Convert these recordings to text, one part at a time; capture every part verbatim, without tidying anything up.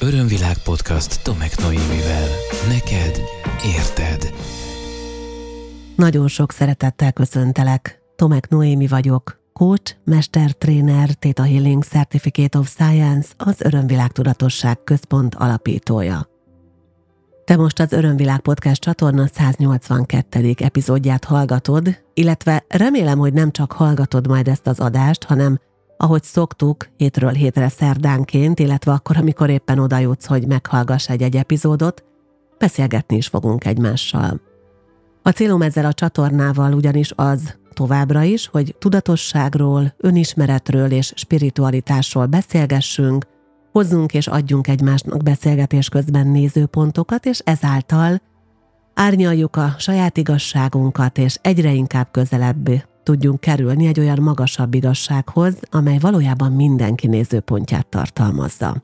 Örömvilág podcast Tomek Noémivel. Neked érted. Nagyon sok szeretettel köszöntelek. Tomek Noémi vagyok, coach, mestertréner, Theta Healing Certificate of Science, az Örömvilág Tudatosság Központ alapítója. Te most az Örömvilág Podcast csatorna száznyolcvankettedik epizódját hallgatod, illetve remélem, hogy nem csak hallgatod majd ezt az adást, hanem ahogy szoktuk, hétről hétre szerdánként, illetve akkor, amikor éppen oda jutsz, hogy meghallgass egy-egy epizódot, beszélgetni is fogunk egymással. A célom ezzel a csatornával ugyanis az továbbra is, hogy tudatosságról, önismeretről és spiritualitásról beszélgessünk, hozzunk és adjunk egymásnak beszélgetés közben nézőpontokat, és ezáltal árnyaljuk a saját igazságunkat, és egyre inkább közelebb tudjunk kerülni egy olyan magasabb igazsághoz, amely valójában mindenki nézőpontját tartalmazza.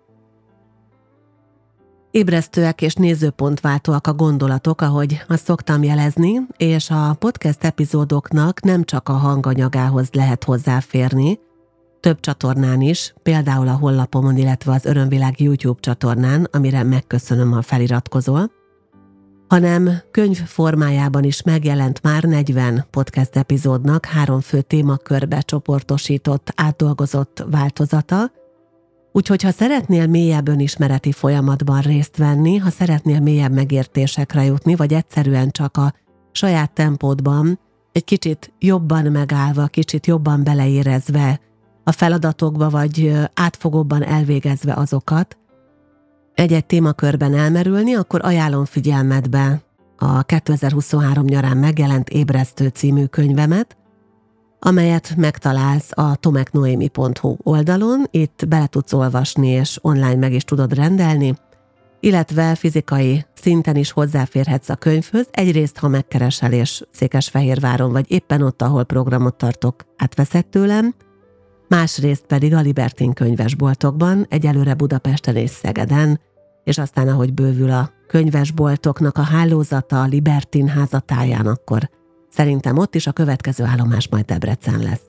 Ébresztőek és nézőpontváltóak a gondolatok, ahogy azt szoktam jelezni, és a podcast epizódoknak nem csak a hanganyagához lehet hozzáférni, több csatornán is, például a honlapomon, illetve az Örömvilág YouTube csatornán, amire megköszönöm, ha feliratkozol, hanem könyv formájában is megjelent már negyven podcast epizódnak három fő témakörbe csoportosított, átdolgozott változata. Úgyhogy ha szeretnél mélyebb önismereti folyamatban részt venni, ha szeretnél mélyebb megértésekre jutni, vagy egyszerűen csak a saját tempódban egy kicsit jobban megállva, kicsit jobban beleérezve a feladatokba, vagy átfogóbban elvégezve azokat, egy-egy témakörben elmerülni, akkor ajánlom figyelmedbe a kétezer-huszonhárom nyarán megjelent Ébresztő című könyvemet, amelyet megtalálsz a tomeknoemi pont hu oldalon, itt bele tudsz olvasni és online meg is tudod rendelni, illetve fizikai szinten is hozzáférhetsz a könyvhöz, egyrészt ha megkeresel és Székesfehérváron vagy éppen ott, ahol programot tartok, átveszed tőlem, másrészt pedig a Libertin könyvesboltokban, egyelőre Budapesten és Szegeden, és aztán ahogy bővül a könyvesboltoknak a hálózata a Libertin házatáján, akkor szerintem ott is a következő állomás majd Debrecen lesz.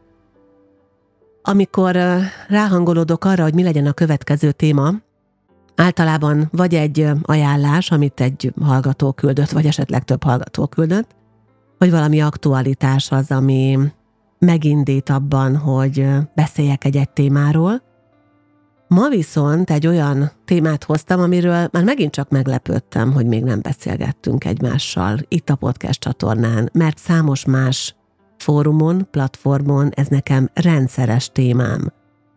Amikor ráhangolódok arra, hogy mi legyen a következő téma, általában vagy egy ajánlás, amit egy hallgató küldött, vagy esetleg több hallgató küldött, vagy valami aktualitás az, ami megindít abban, hogy beszéljek egy-egy témáról. Ma viszont egy olyan témát hoztam, amiről már megint csak meglepődtem, hogy még nem beszélgettünk egymással itt a podcast csatornán, mert számos más fórumon, platformon ez nekem rendszeres témám.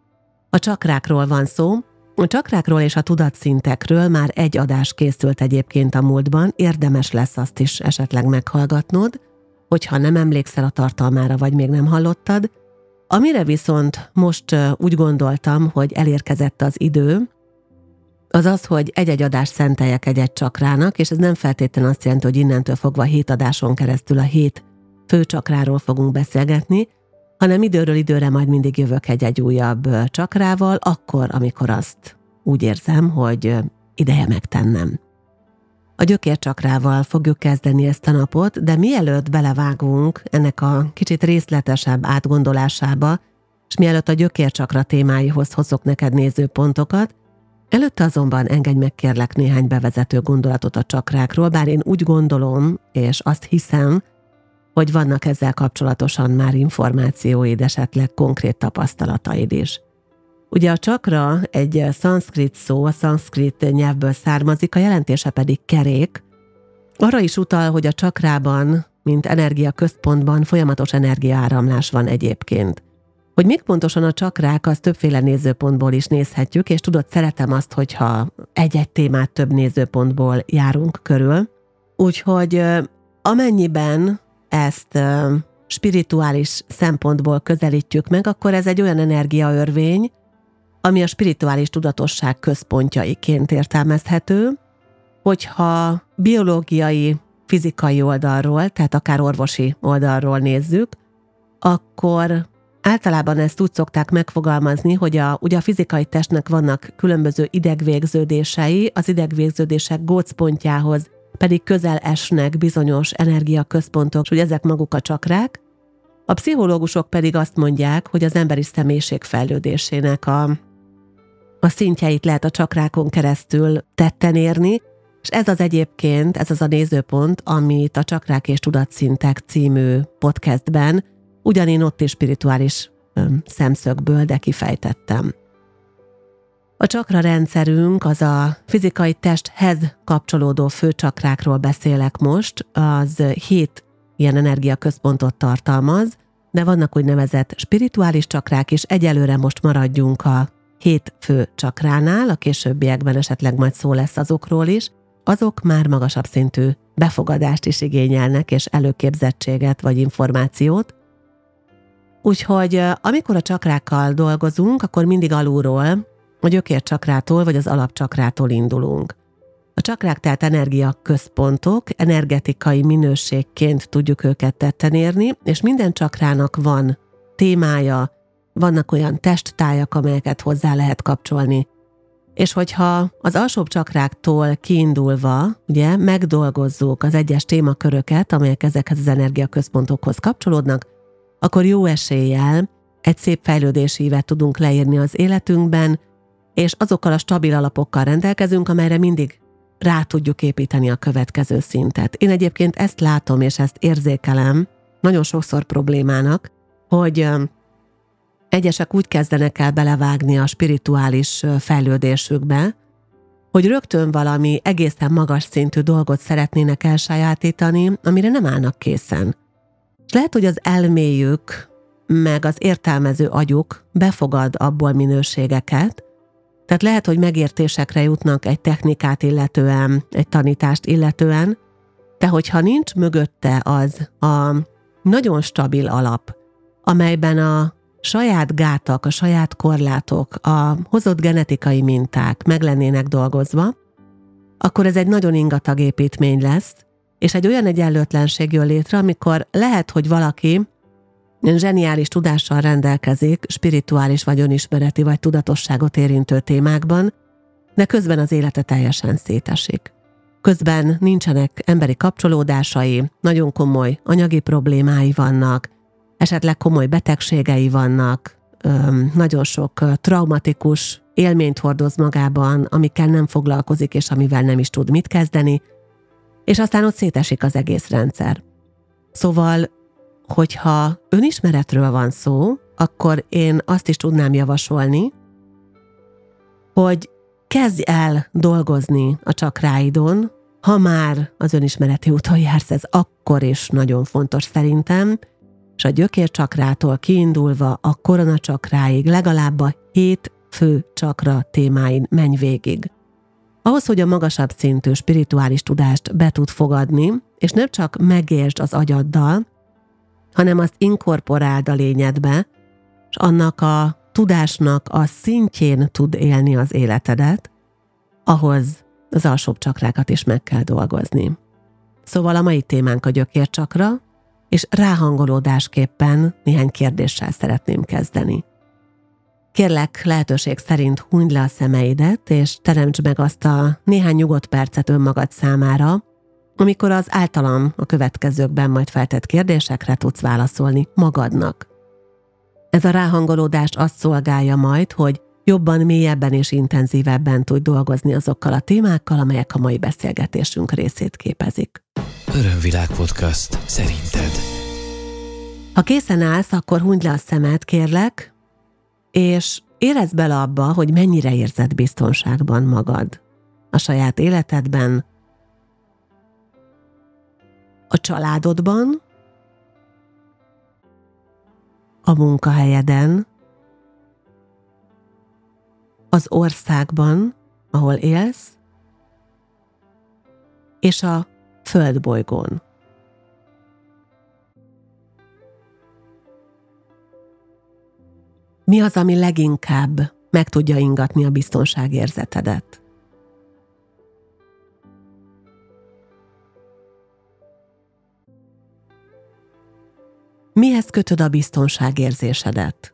A csakrákról van szó. A csakrákról és a tudatszintekről már egy adás készült egyébként a múltban, érdemes lesz azt is esetleg meghallgatnod, hogyha nem emlékszel a tartalmára, vagy még nem hallottad. Amire viszont most úgy gondoltam, hogy elérkezett az idő, az az, hogy egy-egy adást szenteljek egy-egy csakrának, és ez nem feltétlenül azt jelenti, hogy innentől fogva hét adáson keresztül a hét fő csakráról fogunk beszélgetni, hanem időről időre majd mindig jövök egy-egy újabb csakrával, akkor, amikor azt úgy érzem, hogy ideje megtennem. A gyökércsakrával fogjuk kezdeni ezt a napot, de mielőtt belevágunk ennek a kicsit részletesebb átgondolásába, és mielőtt a gyökércsakra témáihoz hozok neked nézőpontokat, előtte azonban engedj meg kérlek néhány bevezető gondolatot a csakrákról, bár én úgy gondolom, és azt hiszem, hogy vannak ezzel kapcsolatosan már információid, esetleg konkrét tapasztalataid is. Ugye a csakra egy szanszkrit szó, a szanszkrit nyelvből származik, a jelentése pedig kerék. Arra is utal, hogy a csakrában, mint energiaközpontban folyamatos energiaáramlás van egyébként. Hogy még pontosan a csakrák, az többféle nézőpontból is nézhetjük, és tudod, szeretem azt, hogyha egy-egy témát több nézőpontból járunk körül. Úgyhogy amennyiben ezt spirituális szempontból közelítjük meg, akkor ez egy olyan energiaörvény, ami a spirituális tudatosság központjaiként értelmezhető, hogyha biológiai, fizikai oldalról, tehát akár orvosi oldalról nézzük, akkor általában ezt úgy szokták megfogalmazni, hogy a, ugye a fizikai testnek vannak különböző idegvégződései, az idegvégződések gócpontjához pedig közel esnek bizonyos energiaközpontok, hogy ezek maguk a csakrák. A pszichológusok pedig azt mondják, hogy az emberi személyiség fejlődésének a a szintjeit lehet a csakrákon keresztül tetten érni, és ez az egyébként, ez az a nézőpont, amit a Csakrák és Tudatszintek című podcastben ugyanén ott is spirituális öm, szemszögből, de kifejtettem. A csakra rendszerünk, az a fizikai testhez kapcsolódó főcsakrákról beszélek most, az hét ilyen energiaközpontot tartalmaz, de vannak úgynevezett spirituális csakrák is, egyelőre most maradjunk a hét fő csakránál, a későbbiekben esetleg majd szó lesz azokról is, azok már magasabb szintű befogadást is igényelnek, és előképzettséget vagy információt. Úgyhogy amikor a csakrákkal dolgozunk, akkor mindig alulról, a gyökércsakrától vagy az alapcsakrától indulunk. A csakrák tehát energiaközpontok, energetikai minőségként tudjuk őket tetten érni, és minden csakrának van témája, vannak olyan testtájak, amelyeket hozzá lehet kapcsolni. És hogyha az alsóbb csakráktól kiindulva, ugye, megdolgozzuk az egyes témaköröket, amelyek ezekhez az energiaközpontokhoz kapcsolódnak, akkor jó eséllyel egy szép fejlődési ívet tudunk leírni az életünkben, és azokkal a stabil alapokkal rendelkezünk, amelyre mindig rá tudjuk építeni a következő szintet. Én egyébként ezt látom, és ezt érzékelem nagyon sokszor problémának, hogy egyesek úgy kezdenek el belevágni a spirituális fejlődésükbe, hogy rögtön valami egészen magas szintű dolgot szeretnének elsajátítani, amire nem állnak készen. És lehet, hogy az elméjük, meg az értelmező agyuk befogad abból minőségeket, tehát lehet, hogy megértésekre jutnak egy technikát illetően, egy tanítást illetően, de hogyha nincs mögötte az a nagyon stabil alap, amelyben a saját gátak, a saját korlátok, a hozott genetikai minták meg lennének dolgozva, akkor ez egy nagyon ingatag építmény lesz, és egy olyan egyenlőtlenség jön létre, amikor lehet, hogy valaki zseniális tudással rendelkezik, spirituális vagy önismereti vagy tudatosságot érintő témákban, de közben az élete teljesen szétesik. Közben nincsenek emberi kapcsolódásai, nagyon komoly anyagi problémái vannak, esetleg komoly betegségei vannak, nagyon sok traumatikus élményt hordoz magában, amikkel nem foglalkozik, és amivel nem is tud mit kezdeni, és aztán ott szétesik az egész rendszer. Szóval, hogyha önismeretről van szó, akkor én azt is tudnám javasolni, hogy kezdj el dolgozni a csakráidon, ha már az önismereti úton jársz, ez akkor is nagyon fontos szerintem, és a gyökércsakrától kiindulva a koronacsakráig legalább a hét fő csakra témáin menj végig. Ahhoz, hogy a magasabb szintű spirituális tudást be tud fogadni, és nem csak megértsd az agyaddal, hanem azt inkorporáld a lényedbe, és annak a tudásnak a szintjén tud élni az életedet, ahhoz az alsóbb csakrákat is meg kell dolgozni. Szóval a mai témánk a gyökércsakra, és ráhangolódásképpen néhány kérdéssel szeretném kezdeni. Kérlek, lehetőség szerint hunyd le a szemeidet, és teremtsd meg azt a néhány nyugodt percet önmagad számára, amikor az általam a következőkben majd feltett kérdésekre tudsz válaszolni magadnak. Ez a ráhangolódás azt szolgálja majd, hogy jobban, mélyebben és intenzívebben tudj dolgozni azokkal a témákkal, amelyek a mai beszélgetésünk részét képezik. Örömvilág podcast szerinted. Ha készen állsz, akkor hunyd le a szemed, kérlek, és érezd bele abba, hogy mennyire érzed biztonságban magad a saját életedben, a családodban, a munkahelyeden, az országban, ahol élsz, és a földbolygón. Mi az, ami leginkább meg tudja ingatni a biztonságérzetedet? Mihez kötöd a biztonságérzésedet?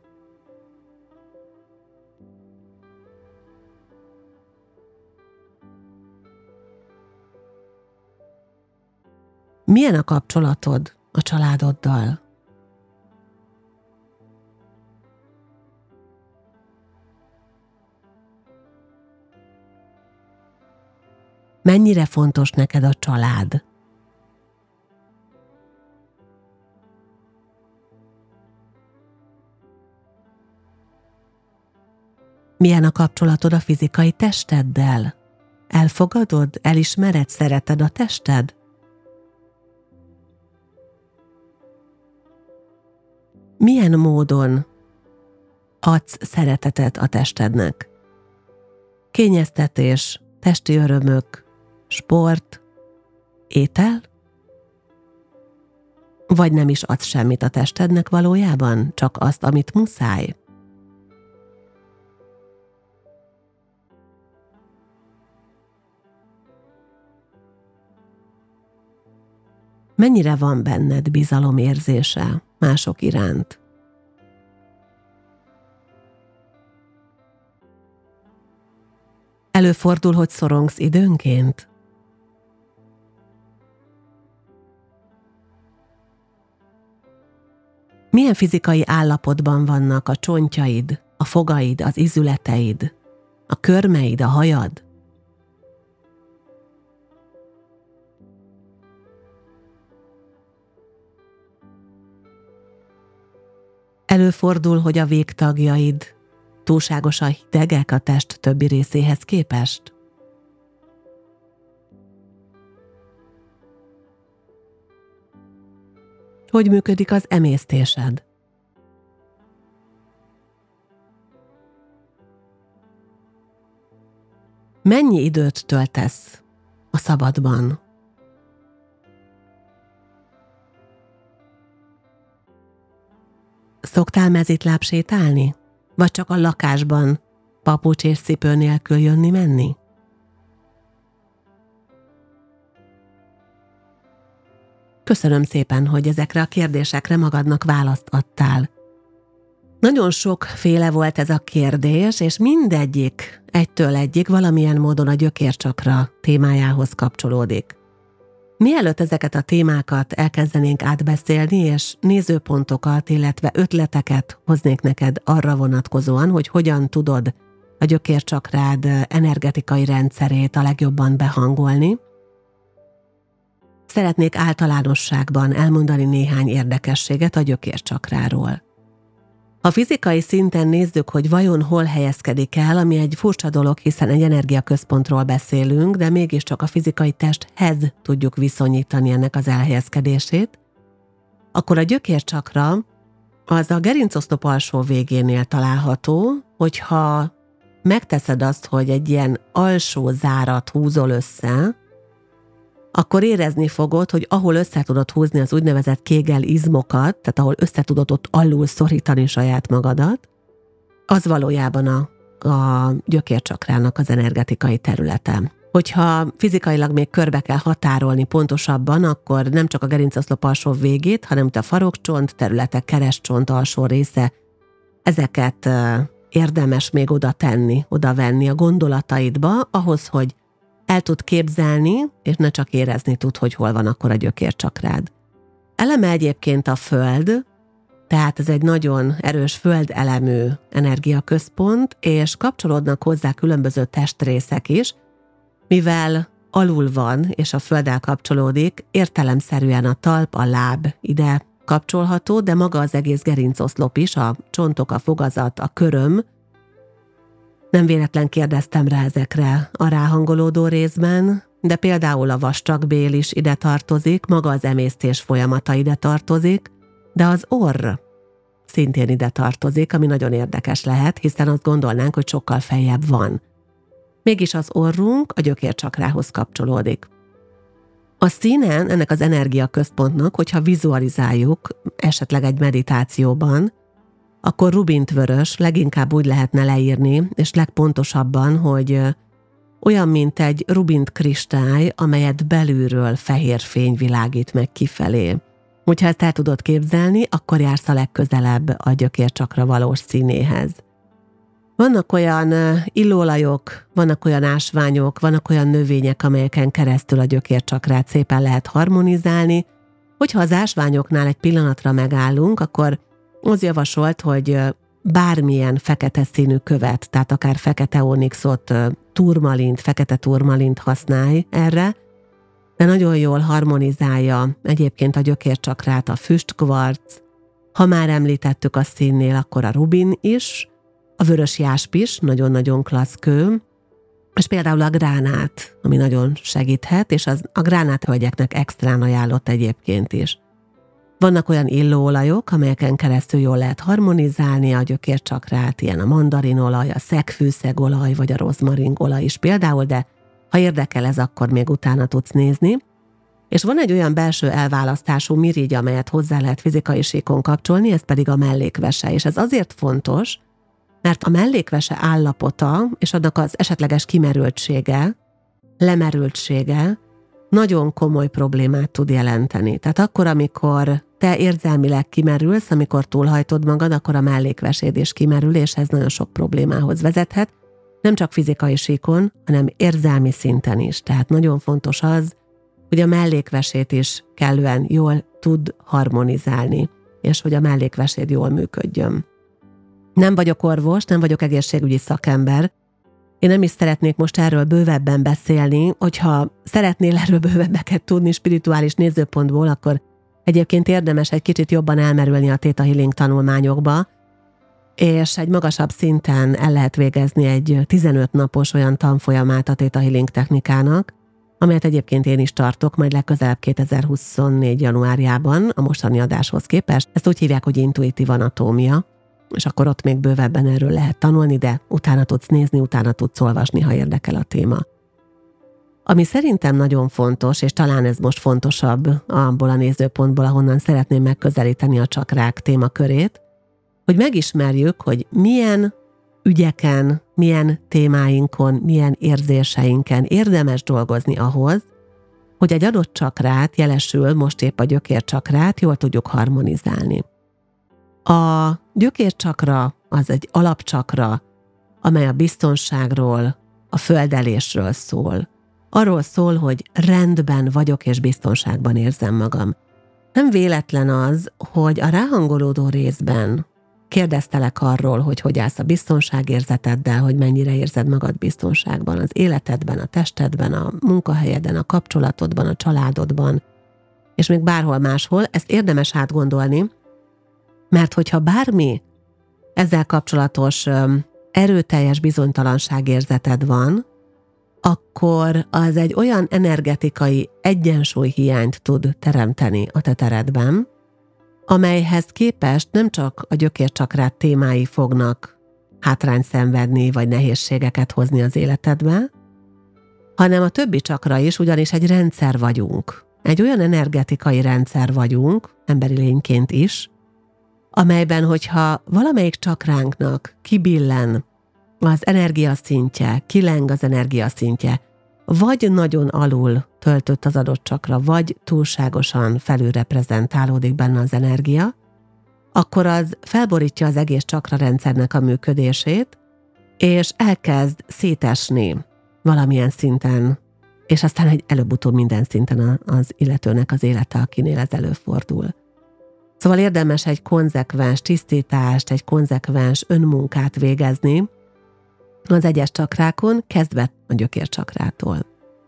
Milyen a kapcsolatod a családoddal? Mennyire fontos neked a család? Milyen a kapcsolatod a fizikai testeddel? Elfogadod, elismered, szereted a tested? Milyen módon adsz szeretetet a testednek? Kényeztetés, testi örömök, sport, étel? Vagy nem is adsz semmit a testednek valójában, csak azt, amit muszáj? Mennyire van benned bizalomérzése mások iránt? Előfordul, hogy szorongsz időnként? Milyen fizikai állapotban vannak a csontjaid, a fogaid, az izületeid, a körmeid, a hajad? Előfordul, hogy a végtagjaid túlságosan hidegek a test többi részéhez képest? Hogy működik az emésztésed? Mennyi időt töltesz a szabadban? Szoktál mezitláb sétálni? Vagy csak a lakásban papucs és cipő nélkül jönni-menni? Köszönöm szépen, hogy ezekre a kérdésekre magadnak választ adtál. Nagyon sokféle volt ez a kérdés, és mindegyik egytől egyig valamilyen módon a gyökércsakra témájához kapcsolódik. Mielőtt ezeket a témákat elkezdenénk átbeszélni, és nézőpontokat, illetve ötleteket hoznék neked arra vonatkozóan, hogy hogyan tudod a gyökércsakrád energetikai rendszerét a legjobban behangolni, szeretnék általánosságban elmondani néhány érdekességet a gyökércsakráról. Ha fizikai szinten nézzük, hogy vajon hol helyezkedik el, ami egy furcsa dolog, hiszen egy energiaközpontról beszélünk, de mégiscsak a fizikai testhez tudjuk viszonyítani ennek az elhelyezkedését, akkor a gyökércsakra az a gerincoszlop alsó végénél található, hogyha megteszed azt, hogy egy ilyen alsó zárat húzol össze, akkor érezni fogod, hogy ahol össze tudod húzni az úgynevezett kégel izmokat, tehát ahol össze tudod ott alul szorítani saját magadat, az valójában a, a gyökércsakrának az energetikai területe. Hogyha fizikailag még körbe kell határolni pontosabban, akkor nem csak a gerincoszlop alsó végét, hanem a farokcsont, területek, kerescsont alsó része, ezeket érdemes még oda tenni, oda venni a gondolataidba, ahhoz, hogy el tud képzelni, és ne csak érezni tud, hogy hol van akkor a gyökércsakrád. Eleme egyébként a Föld, tehát ez egy nagyon erős földelemű energiaközpont, és kapcsolódnak hozzá különböző testrészek is, mivel alul van, és a Földdel kapcsolódik, értelemszerűen a talp, a láb ide kapcsolható, de maga az egész gerincoszlop is, a csontok, a fogazat, a köröm. Nem véletlen kérdeztem rá ezekre a ráhangolódó részben, de például a vastagbél is ide tartozik, maga az emésztés folyamata ide tartozik, de az orr szintén ide tartozik, ami nagyon érdekes lehet, hiszen azt gondolnánk, hogy sokkal feljebb van. Mégis az orrunk a gyökércsakrához kapcsolódik. A színen ennek az energiaközpontnak, hogyha vizualizáljuk esetleg egy meditációban, akkor rubinkvörös, leginkább úgy lehetne leírni, és legpontosabban, hogy olyan, mint egy rubint kristály, amelyet belülről fehér fény világít meg kifelé. Hogyha ezt el tudod képzelni, akkor jársz a legközelebb a gyökércsakra valós színéhez. Vannak olyan illóolajok, vannak olyan ásványok, vannak olyan növények, amelyeken keresztül a gyökércsakrát szépen lehet harmonizálni. Hogyha az ásványoknál egy pillanatra megállunk, akkor az javasolt, hogy bármilyen fekete színű követ, tehát akár fekete onixot, turmalint, fekete turmalint használj erre, de nagyon jól harmonizálja egyébként a gyökércsakrát a füstkvarc, ha már említettük a színnél, akkor a rubin is, a vörös jáspis, nagyon-nagyon klassz kő, és például a gránát, ami nagyon segíthet, és az, a gránáthölgyeknek extrán ajánlott egyébként is. Vannak olyan illóolajok, amelyeken keresztül jól lehet harmonizálni a gyökércsakrát, ilyen a mandarinolaj, a szegfűszegolaj, vagy a rozmaringolaj is például, de ha érdekel ez, akkor még utána tudsz nézni. És van egy olyan belső elválasztású mirigy, amelyet hozzá lehet fizikai síkon kapcsolni, ez pedig a mellékvese, és ez azért fontos, mert a mellékvese állapota és annak az esetleges kimerültsége, lemerültsége nagyon komoly problémát tud jelenteni. Tehát akkor, amikor te érzelmileg kimerülsz, amikor túlhajtod magad, akkor a mellékveséd is kimerül, és ez nagyon sok problémához vezethet, nem csak fizikai síkon, hanem érzelmi szinten is. Tehát nagyon fontos az, hogy a mellékvesét is kellően jól tud harmonizálni, és hogy a mellékveséd jól működjön. Nem vagyok orvos, nem vagyok egészségügyi szakember. Én nem is szeretnék most erről bővebben beszélni, hogyha szeretnél erről bővebbeket tudni spirituális nézőpontból, akkor egyébként érdemes egy kicsit jobban elmerülni a Theta Healing tanulmányokba, és egy magasabb szinten el lehet végezni egy tizenöt napos olyan tanfolyamát a Theta Healing technikának, amelyet egyébként én is tartok, majd legközelebb kétezer-huszonnégy januárjában a mostani adáshoz képest. Ezt úgy hívják, hogy intuitív anatómia, és akkor ott még bővebben erről lehet tanulni, de utána tudsz nézni, utána tudsz olvasni, ha érdekel a téma. Ami szerintem nagyon fontos, és talán ez most fontosabb abból a nézőpontból, ahonnan szeretném megközelíteni a csakrák témakörét, hogy megismerjük, hogy milyen ügyeken, milyen témáinkon, milyen érzéseinken érdemes dolgozni ahhoz, hogy egy adott csakrát, jelesül most épp a gyökércsakrát, jól tudjuk harmonizálni. A gyökércsakra az egy alapcsakra, amely a biztonságról, a földelésről szól. Arról szól, hogy rendben vagyok és biztonságban érzem magam. Nem véletlen az, hogy a ráhangolódó részben kérdeztelek arról, hogy hogy állsz a biztonságérzeteddel, hogy mennyire érzed magad biztonságban az életedben, a testedben, a munkahelyeden, a kapcsolatodban, a családodban, és még bárhol máshol. Ezt érdemes átgondolni, mert hogyha bármi ezzel kapcsolatos erőteljes bizonytalanságérzeted van, akkor az egy olyan energetikai egyensúlyhiányt tud teremteni a te teredben, amelyhez képest nem csak a gyökércsakrát témái fognak hátrányt szenvedni, vagy nehézségeket hozni az életedbe, hanem a többi csakra is, ugyanis egy rendszer vagyunk. Egy olyan energetikai rendszer vagyunk, emberi lényként is, amelyben, hogyha valamelyik csakránknak kibillen az energiaszintje, kileng az energiaszintje, vagy nagyon alul töltött az adott csakra, vagy túlságosan felülreprezentálódik benne az energia, akkor az felborítja az egész csakrarendszernek a működését, és elkezd szétesni valamilyen szinten, és aztán egy előbb-utóbb minden szinten az illetőnek az élete, akinél ez előfordul. Szóval érdemes egy konzekvens tisztítást, egy konzekvens önmunkát végezni az egyes csakrákon, kezdve a gyökércsakrától.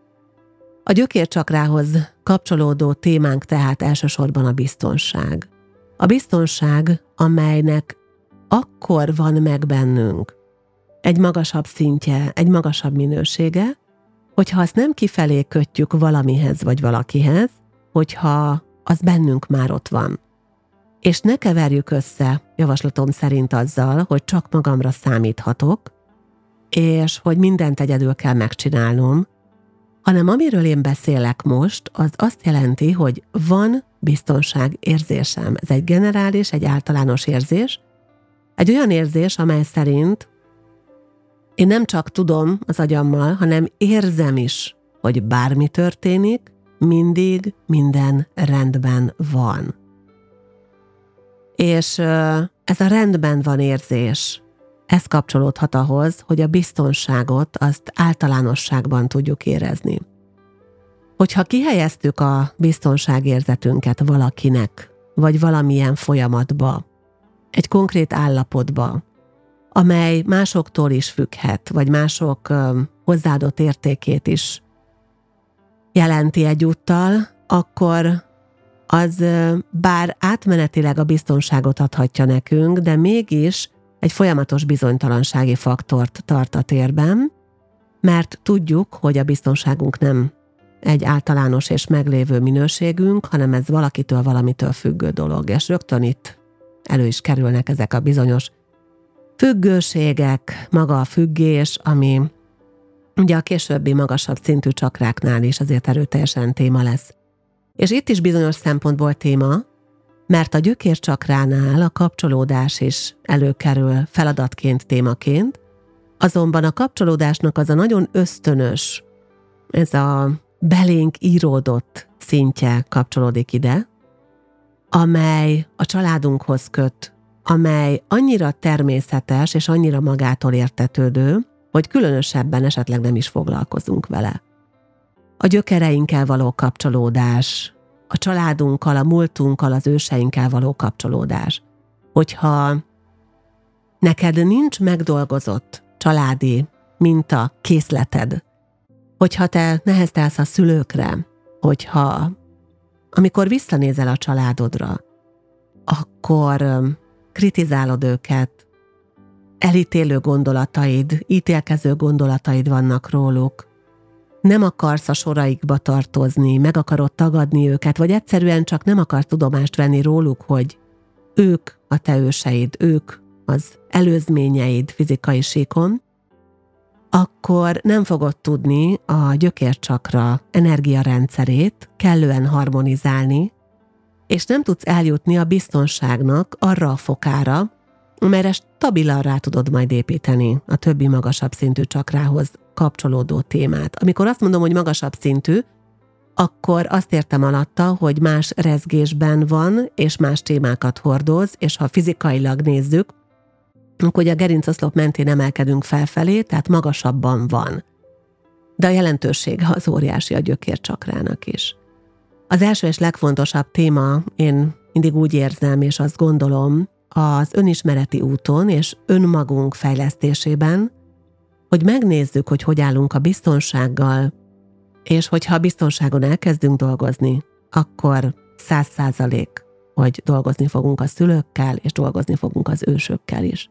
A gyökércsakrához kapcsolódó témánk tehát elsősorban a biztonság. A biztonság, amelynek akkor van meg bennünk egy magasabb szintje, egy magasabb minősége, hogyha azt nem kifelé kötjük valamihez vagy valakihez, hogyha az bennünk már ott van. És ne keverjük össze, javaslatom szerint azzal, hogy csak magamra számíthatok, és hogy mindent egyedül kell megcsinálnom, hanem amiről én beszélek most, az azt jelenti, hogy van biztonságérzésem. Ez egy generális, egy általános érzés, egy olyan érzés, amely szerint én nem csak tudom az agyammal, hanem érzem is, hogy bármi történik, mindig minden rendben van. És ez a rendben van érzés, ez kapcsolódhat ahhoz, hogy a biztonságot azt általánosságban tudjuk érezni. Hogyha kihelyeztük a biztonságérzetünket valakinek, vagy valamilyen folyamatba, egy konkrét állapotba, amely másoktól is függhet, vagy mások hozzáadott értékét is jelenti egyúttal, akkor az bár átmenetileg a biztonságot adhatja nekünk, de mégis egy folyamatos bizonytalansági faktort tart a térben, mert tudjuk, hogy a biztonságunk nem egy általános és meglévő minőségünk, hanem ez valakitől, valamitől függő dolog, és rögtön itt elő is kerülnek ezek a bizonyos függőségek, maga a függés, ami ugye a későbbi magasabb szintű csakráknál is azért erőteljesen téma lesz. És itt is bizonyos szempontból téma, mert a gyökércsakránál a kapcsolódás is előkerül feladatként, témaként, azonban a kapcsolódásnak az a nagyon ösztönös, ez a belénk íródott szintje kapcsolódik ide, amely a családunkhoz köt, amely annyira természetes és annyira magától értetődő, hogy különösebben esetleg nem is foglalkozunk vele. A gyökereinkkel való kapcsolódás, a családunkkal, a múltunkkal, az őseinkkel való kapcsolódás. Hogyha neked nincs megdolgozott családi minta készleted, hogyha te neheztelsz a szülőkre, hogyha amikor visszanézel a családodra, akkor kritizálod őket, elítélő gondolataid, ítélkező gondolataid vannak róluk, nem akarsz a soraikba tartozni, meg akarod tagadni őket, vagy egyszerűen csak nem akarsz tudomást venni róluk, hogy ők a te őseid, ők az előzményeid fizikai síkon, akkor nem fogod tudni a gyökércsakra energiarendszerét kellően harmonizálni, és nem tudsz eljutni a biztonságnak arra a fokára, amelyre stabilan rá tudod majd építeni a többi magasabb szintű csakrához kapcsolódó témát. Amikor azt mondom, hogy magasabb szintű, akkor azt értem alatta, hogy más rezgésben van, és más témákat hordoz, és ha fizikailag nézzük, akkor a gerincoszlop mentén emelkedünk felfelé, tehát magasabban van. De a jelentősége az óriási a gyökércsakrának is. Az első és legfontosabb téma, én mindig úgy érzem, és azt gondolom, az önismereti úton és önmagunk fejlesztésében, hogy megnézzük, hogy hogy állunk a biztonsággal, és hogyha a biztonságon elkezdünk dolgozni, akkor száz százalék, hogy dolgozni fogunk a szülőkkel, és dolgozni fogunk az ősökkel is.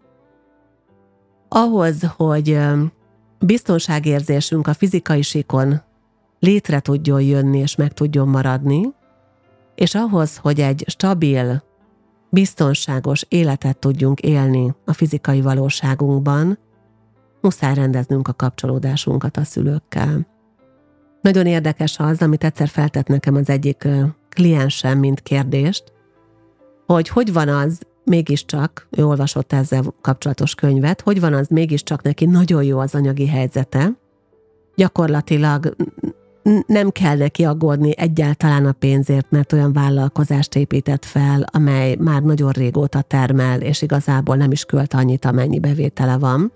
Ahhoz, hogy biztonságérzésünk a fizikai síkon létre tudjon jönni, és meg tudjon maradni, és ahhoz, hogy egy stabil, biztonságos életet tudjunk élni a fizikai valóságunkban, muszáj rendeznünk a kapcsolódásunkat a szülőkkel. Nagyon érdekes az, amit egyszer feltett nekem az egyik kliensem, mint kérdést, hogy hogy van az mégiscsak, ő olvasott ezzel kapcsolatos könyvet, hogy van az mégiscsak neki nagyon jó az anyagi helyzete, gyakorlatilag nem kell neki aggódni egyáltalán a pénzért, mert olyan vállalkozást épített fel, amely már nagyon régóta termel, és igazából nem is költ annyit, amennyi bevétele van.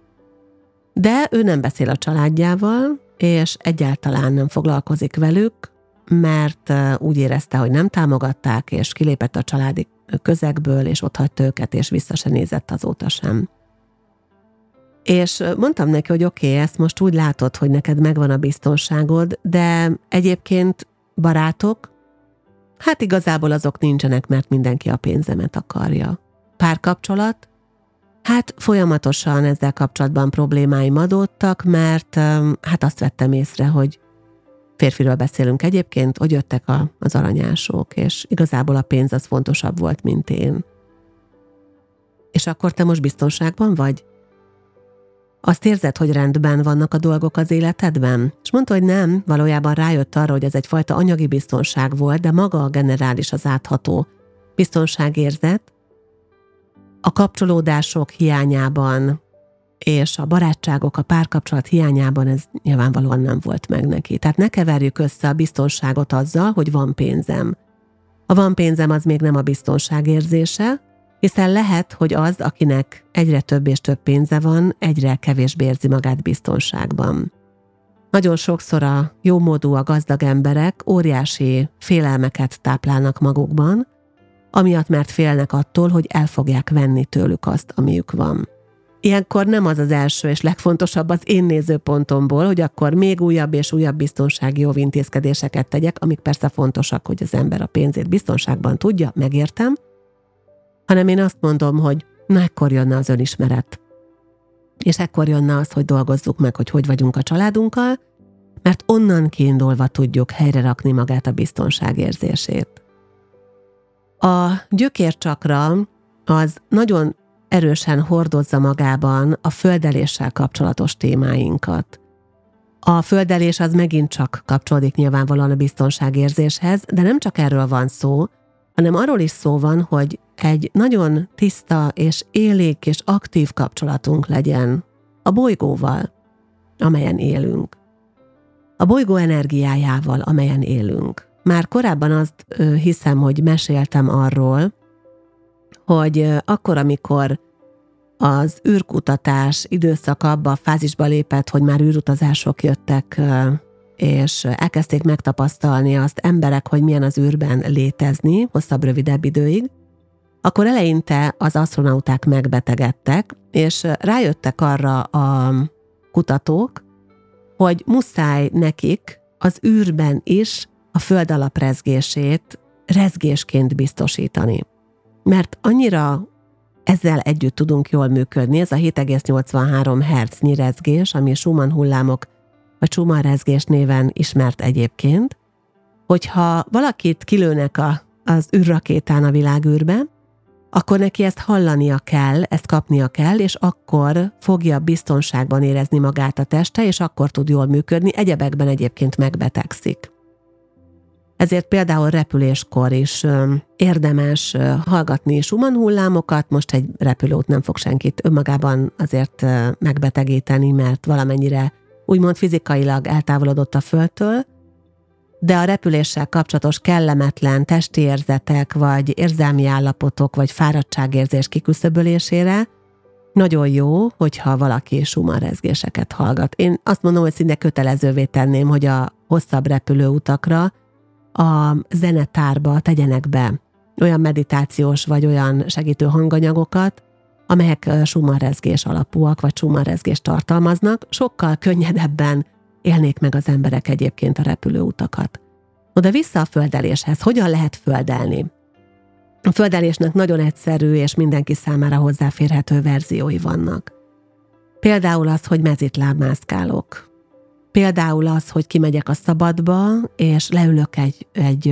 De ő nem beszél a családjával, és egyáltalán nem foglalkozik velük, mert úgy érezte, hogy nem támogatták, és kilépett a családi közegből, és otthagyta őket, és vissza se nézett azóta sem. És mondtam neki, hogy oké, okay, ezt most úgy látod, hogy neked megvan a biztonságod, de egyébként barátok, hát igazából azok nincsenek, mert mindenki a pénzemet akarja. Párkapcsolat, hát folyamatosan ezzel kapcsolatban problémáim adódtak, mert hát azt vettem észre, hogy férfiről beszélünk egyébként, hogy jöttek a, az aranyások, és igazából a pénz az fontosabb volt, mint én. És akkor te most biztonságban vagy? Azt érzed, hogy rendben vannak a dolgok az életedben? És mondta, hogy nem, valójában rájött arra, hogy ez egyfajta anyagi biztonság volt, de maga a generális, az átható biztonságérzet a kapcsolódások hiányában és a barátságok, a párkapcsolat hiányában ez nyilvánvalóan nem volt meg neki. Tehát ne keverjük össze a biztonságot azzal, hogy van pénzem. A van pénzem az még nem a biztonság érzése, hiszen lehet, hogy az, akinek egyre több és több pénze van, egyre kevésbé érzi magát biztonságban. Nagyon sokszor a jómódú, a gazdag emberek óriási félelmeket táplálnak magukban, amiatt mert félnek attól, hogy el fogják venni tőlük azt, amiük van. ilyenkor nem az az első és legfontosabb az én nézőpontomból, hogy akkor még újabb és újabb biztonsági óvintézkedéseket tegyek, amik persze fontosak, hogy az ember a pénzét biztonságban tudja, megértem, hanem én azt mondom, hogy na ekkor jönne az önismeret. És ekkor jönne az, hogy dolgozzuk meg, hogy hogy vagyunk a családunkkal, mert onnan kiindulva tudjuk helyre rakni magát a biztonságérzését. A gyökércsakra az nagyon erősen hordozza magában a földeléssel kapcsolatos témáinkat. A földelés az megint csak kapcsolódik nyilvánvalóan a biztonságérzéshez, de nem csak erről van szó, hanem arról is szó van, hogy egy nagyon tiszta és élénk és aktív kapcsolatunk legyen a bolygóval, amelyen élünk. A bolygó energiájával, amelyen élünk. Már korábban azt hiszem, hogy meséltem arról, hogy akkor, amikor az űrkutatás időszak abba a fázisba lépett, hogy már űrutazások jöttek, és elkezdték megtapasztalni azt emberek, hogy milyen az űrben létezni, hosszabb-rövidebb időig, akkor eleinte az asztronauták megbetegedtek, és rájöttek arra a kutatók, hogy muszáj nekik az űrben is a föld alaprezgését rezgésként biztosítani. Mert annyira ezzel együtt tudunk jól működni, ez a hét egész nyolcvanhárom hertznyi rezgés, ami Schumann hullámok vagy Schumann rezgés néven ismert egyébként, hogyha valakit kilőnek a, az űrrakétán a világűrbe, akkor neki ezt hallania kell, ezt kapnia kell, és akkor fogja biztonságban érezni magát a teste, és akkor tud jól működni, egyebekben egyébként megbetegszik. Ezért például repüléskor is érdemes hallgatni Schumann hullámokat, most egy repülőt nem fog senkit önmagában azért megbetegíteni, mert valamennyire úgymond fizikailag eltávolodott a Földtől, de a repüléssel kapcsolatos kellemetlen testi érzetek, vagy érzelmi állapotok, vagy fáradtságérzés kiküszöbölésére nagyon jó, hogyha valaki Schumann rezgéseket hallgat. Én azt mondom, hogy szinte kötelezővé tenném, hogy a hosszabb repülőutakra a zenetárba tegyenek be olyan meditációs vagy olyan segítő hanganyagokat, amelyek Schumann rezgés alapúak, vagy Schumann rezgést tartalmaznak, sokkal könnyedebben élnék meg az emberek egyébként a repülőutakat. Oda vissza a földeléshez. Hogyan lehet földelni? A földelésnek nagyon egyszerű és mindenki számára hozzáférhető verziói vannak. Például az, hogy mezitlábmászkálok. Például az, hogy kimegyek a szabadba, és leülök egy, egy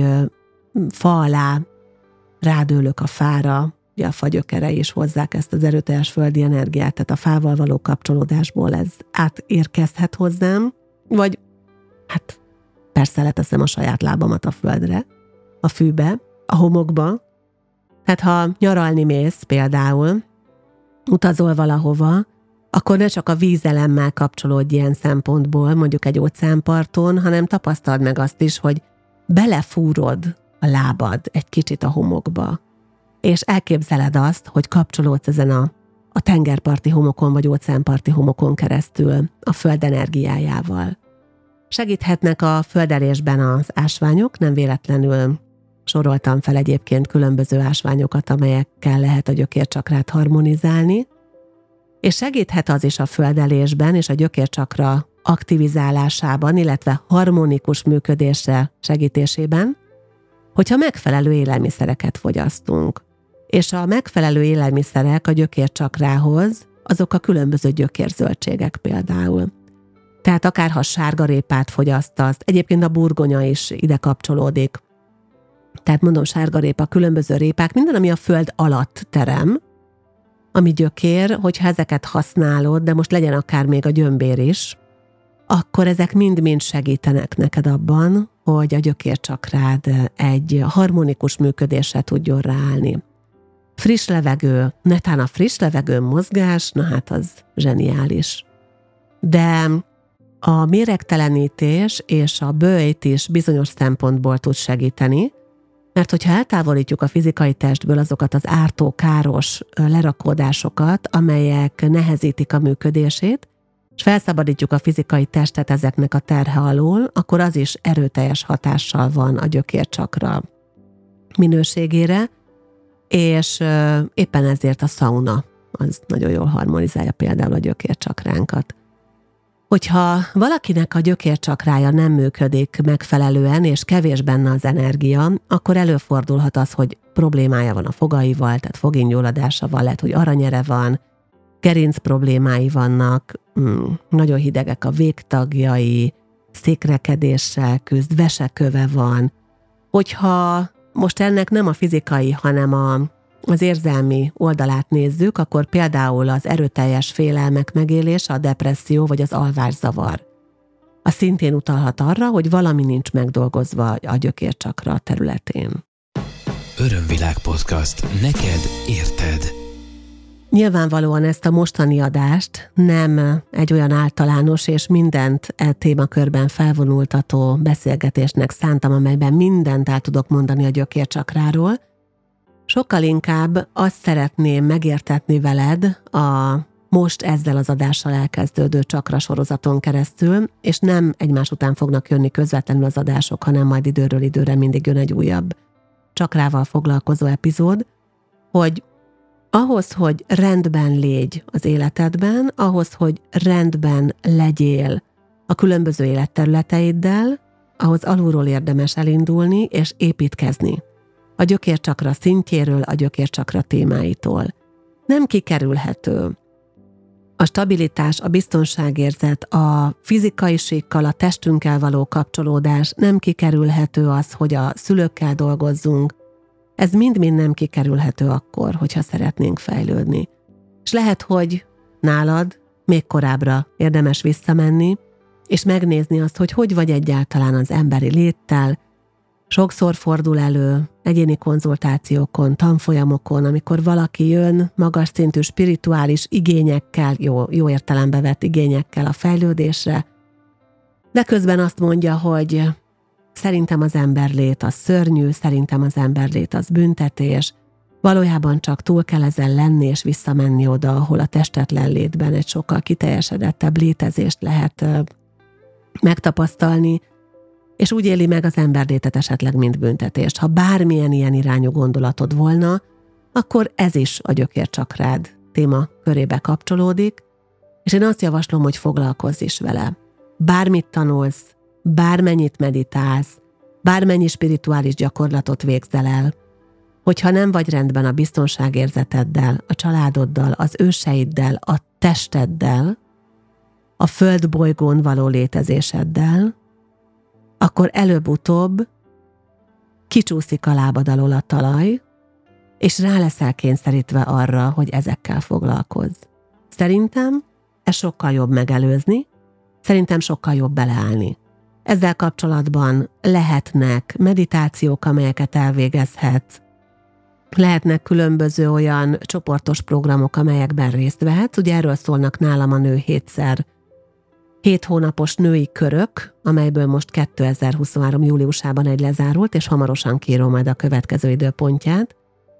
fa alá, rádőlök a fára, ugye a fa gyökerei is hozzák ezt az erőteljes földi energiát, tehát a fával való kapcsolódásból ez átérkezhet hozzám, vagy hát persze leteszem a saját lábamat a földre, a fűbe, a homokba. Tehát ha nyaralni mész például, utazol valahova, akkor ne csak a vízelemmel kapcsolódj ilyen szempontból, mondjuk egy óceánparton, hanem tapasztald meg azt is, hogy belefúrod a lábad egy kicsit a homokba, és elképzeled azt, hogy kapcsolódsz ezen a, a tengerparti homokon vagy óceánparti homokon keresztül a föld energiájával. Segíthetnek a földelésben az ásványok, nem véletlenül soroltam fel egyébként különböző ásványokat, amelyekkel lehet a gyökércsakrát harmonizálni, és segíthet az is a földelésben és a gyökércsakra aktivizálásában, illetve harmonikus működésre segítésében, hogyha megfelelő élelmiszereket fogyasztunk. És a megfelelő élelmiszerek a gyökércsakrához, azok a különböző gyökérzöldségek például. Tehát akár ha sárgarépát fogyasztasz, egyébként a burgonya is ide kapcsolódik. Tehát mondom, sárgarépa, különböző répák, minden, ami a föld alatt terem, ami gyökér, hogyha ezeket használod, de most legyen akár még a gyömbér is, akkor ezek mind-mind segítenek neked abban, hogy a gyökércsakrád egy harmonikus működésre tudjon ráállni. Friss levegő, netán a friss levegő mozgás, na hát az zseniális. De a méregtelenítés és a böjt is bizonyos szempontból tud segíteni, mert hogyha eltávolítjuk a fizikai testből azokat az ártó, káros lerakódásokat, amelyek nehezítik a működését, és felszabadítjuk a fizikai testet ezeknek a terhe alól, akkor az is erőteljes hatással van a gyökércsakra minőségére, és éppen ezért a szauna az nagyon jól harmonizálja például a gyökércsakránkat. Hogyha valakinek a gyökércsakrája nem működik megfelelően, és kevés benne az energia, akkor előfordulhat az, hogy problémája van a fogaival, tehát fogingyulladása van, lehet, hogy aranyere van, gerinc problémái vannak, hmm, nagyon hidegek a végtagjai, székrekedéssel küzd, veseköve van. Hogyha most ennek nem a fizikai, hanem a, az érzelmi oldalát nézzük, akkor például az erőteljes félelmek megélése, a depresszió vagy az alvászavar. Az szintén utalhat arra, hogy valami nincs megdolgozva a gyökércsakra területén. Örömvilág podcast. Neked érted. Nyilvánvalóan ezt a mostani adást nem egy olyan általános és mindent e témakörben felvonultató beszélgetésnek szántam, amelyben mindent el tudok mondani a gyökércsakráról. Sokkal inkább azt szeretném megértetni veled a most ezzel az adással elkezdődő csakra sorozaton keresztül, és nem egymás után fognak jönni közvetlenül az adások, hanem majd időről időre mindig jön egy újabb csakrával foglalkozó epizód, hogy ahhoz, hogy rendben légy az életedben, ahhoz, hogy rendben legyél a különböző életterületeiddel, ahhoz alulról érdemes elindulni és építkezni. A gyökércsakra szintjéről, a gyökércsakra témáitól. Nem kikerülhető. A stabilitás, a biztonságérzet, a fizikaisékkal, a testünkkel való kapcsolódás, nem kikerülhető az, hogy a szülőkkel dolgozzunk. Ez mind-mind nem kikerülhető akkor, hogyha szeretnénk fejlődni. És lehet, hogy nálad még korábbra érdemes visszamenni, és megnézni azt, hogy hogy vagy egyáltalán az emberi léttel. Sokszor fordul elő egyéni konzultációkon, tanfolyamokon, amikor valaki jön magas szintű spirituális igényekkel, jó, jó értelembe vett igényekkel a fejlődésre, de közben azt mondja, hogy szerintem az emberlét az szörnyű, szerintem az emberlét az büntetés, valójában csak túl kell ezen lenni és visszamenni oda, ahol a testetlen létben egy sokkal kiteljesedettebb létezést lehet megtapasztalni, és úgy éli meg az emberlétet esetleg, mint büntetést. Ha bármilyen ilyen irányú gondolatod volna, akkor ez is a gyökércsakrád téma körébe kapcsolódik, és én azt javaslom, hogy foglalkozz is vele. Bármit tanulsz, bármennyit meditálsz, bármennyi spirituális gyakorlatot végzel el, hogyha nem vagy rendben a biztonságérzeteddel, a családoddal, az őseiddel, a testeddel, a földbolygón való létezéseddel, akkor előbb-utóbb kicsúszik a lábad alól a talaj, és rá leszel kényszerítve arra, hogy ezekkel foglalkozz. Szerintem ez sokkal jobb megelőzni, szerintem sokkal jobb beleállni. Ezzel kapcsolatban lehetnek meditációk, amelyeket elvégezhetsz, lehetnek különböző olyan csoportos programok, amelyekben részt vehetsz. Ugye erről szólnak nálam a Nő hétszer hét hónapos női körök, amelyből most kétezer-huszonhárom júliusában egy lezárult, és hamarosan kiírom majd a következő időpontját.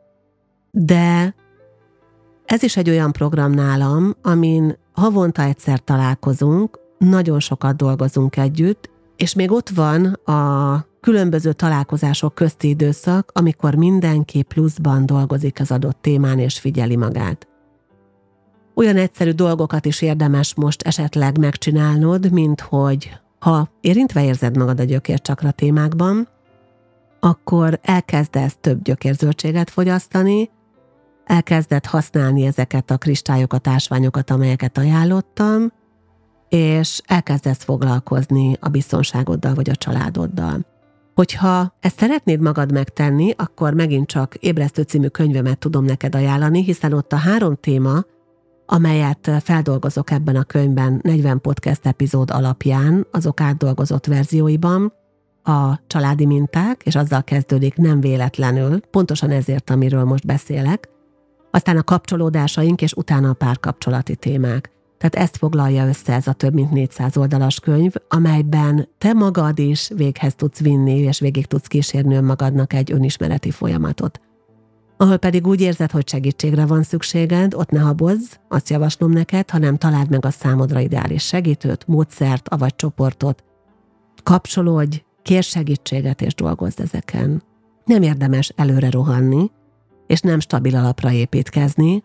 De ez is egy olyan program nálam, amin havonta egyszer találkozunk, nagyon sokat dolgozunk együtt, és még ott van a különböző találkozások közti időszak, amikor mindenki pluszban dolgozik az adott témán és figyeli magát. Olyan egyszerű dolgokat is érdemes most esetleg megcsinálnod, mint hogy ha érintve érzed magad a gyökércsakra témákban, akkor elkezdesz több gyökérzöldséget fogyasztani, elkezded használni ezeket a kristályokat, ásványokat, amelyeket ajánlottam, és elkezdesz foglalkozni a biztonságoddal vagy a családoddal. Hogyha ezt szeretnéd magad megtenni, akkor megint csak Ébresztő című könyvemet tudom neked ajánlani, hiszen ott a három téma, amelyet feldolgozok ebben a könyvben negyven podcast epizód alapján, azok átdolgozott verzióiban, a családi minták, és azzal kezdődik nem véletlenül, pontosan ezért, amiről most beszélek, aztán a kapcsolódásaink, és utána a párkapcsolati témák. Tehát ezt foglalja össze ez a több mint négyszáz oldalas könyv, amelyben te magad is véghez tudsz vinni, és végig tudsz kísérni önmagadnak egy önismereti folyamatot. Ahol pedig úgy érzed, hogy segítségre van szükséged, ott ne habozz, azt javaslom neked, hanem találd meg a számodra ideális segítőt, módszert, avagy csoportot. Kapcsolódj, kér segítséget és dolgozz ezeken. Nem érdemes előre rohanni, és nem stabil alapra építkezni,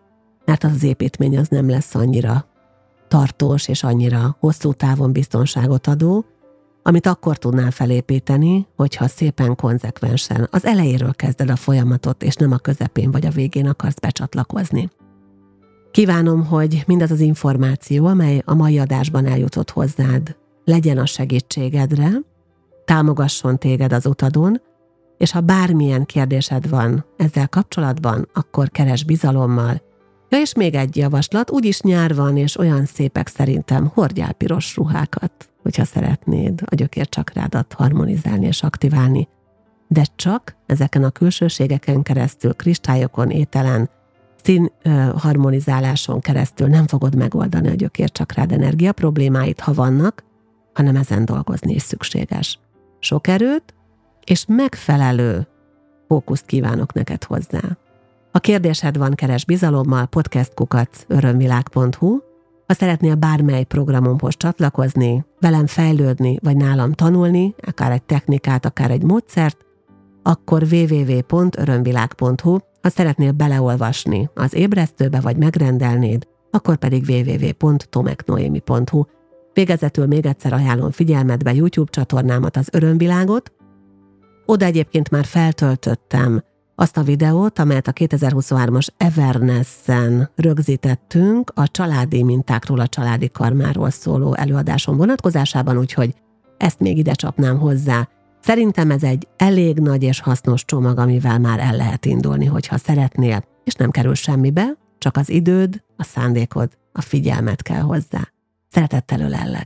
mert az az építmény az nem lesz annyira tartós és annyira hosszú távon biztonságot adó, amit akkor tudnál felépíteni, hogyha szépen konzekvensen az elejéről kezded a folyamatot, és nem a közepén vagy a végén akarsz becsatlakozni. Kívánom, hogy mindaz az információ, amely a mai adásban eljutott hozzád, legyen a segítségedre, támogasson téged az utadon, és ha bármilyen kérdésed van ezzel kapcsolatban, akkor keresd bizalommal. Ja, és még egy javaslat, úgyis nyár van, és olyan szépek szerintem, hordjál piros ruhákat, hogyha szeretnéd a gyökércsakrádat harmonizálni és aktiválni. De csak ezeken a külsőségeken keresztül, kristályokon, ételen, szín ö, harmonizáláson keresztül nem fogod megoldani a gyökércsakrád energia problémáit, ha vannak, hanem ezen dolgozni is szükséges. Sok erőt és megfelelő fókuszt kívánok neked hozzá. Ha kérdésed van, keresd bizalommal podcast kukac örömvilág pont hu. Ha szeretnél bármely programomhoz csatlakozni, velem fejlődni, vagy nálam tanulni, akár egy technikát, akár egy módszert, akkor double-u double-u double-u pont örömvilág pont hu. Ha szeretnél beleolvasni az ébresztőbe, vagy megrendelnéd, akkor pedig double-u double-u double-u pont tomeknoemi pont hu. Végezetül még egyszer ajánlom figyelmetbe YouTube csatornámat, az Örömvilágot. Oda egyébként már feltöltöttem azt a videót, amelyet a kétezer-huszonhármas Everness-en rögzítettünk a családi mintákról, a családi karmáról szóló előadáson vonatkozásában, úgyhogy ezt még ide csapnám hozzá. Szerintem ez egy elég nagy és hasznos csomag, amivel már el lehet indulni, hogyha szeretnél, és nem kerül semmibe, csak az időd, a szándékod, a figyelmet kell hozzá. Szeretettel ölellek!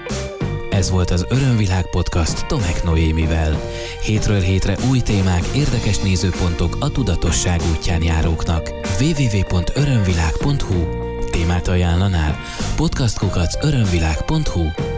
Ez volt az Örömvilág Podcast Tomek Noémivel. Hétről hétre új témák, érdekes nézőpontok a tudatosság útján járóknak. double-u double-u double-u pont örömvilág pont hu. Témát ajánlanál? podcast kukac örömvilág pont hu.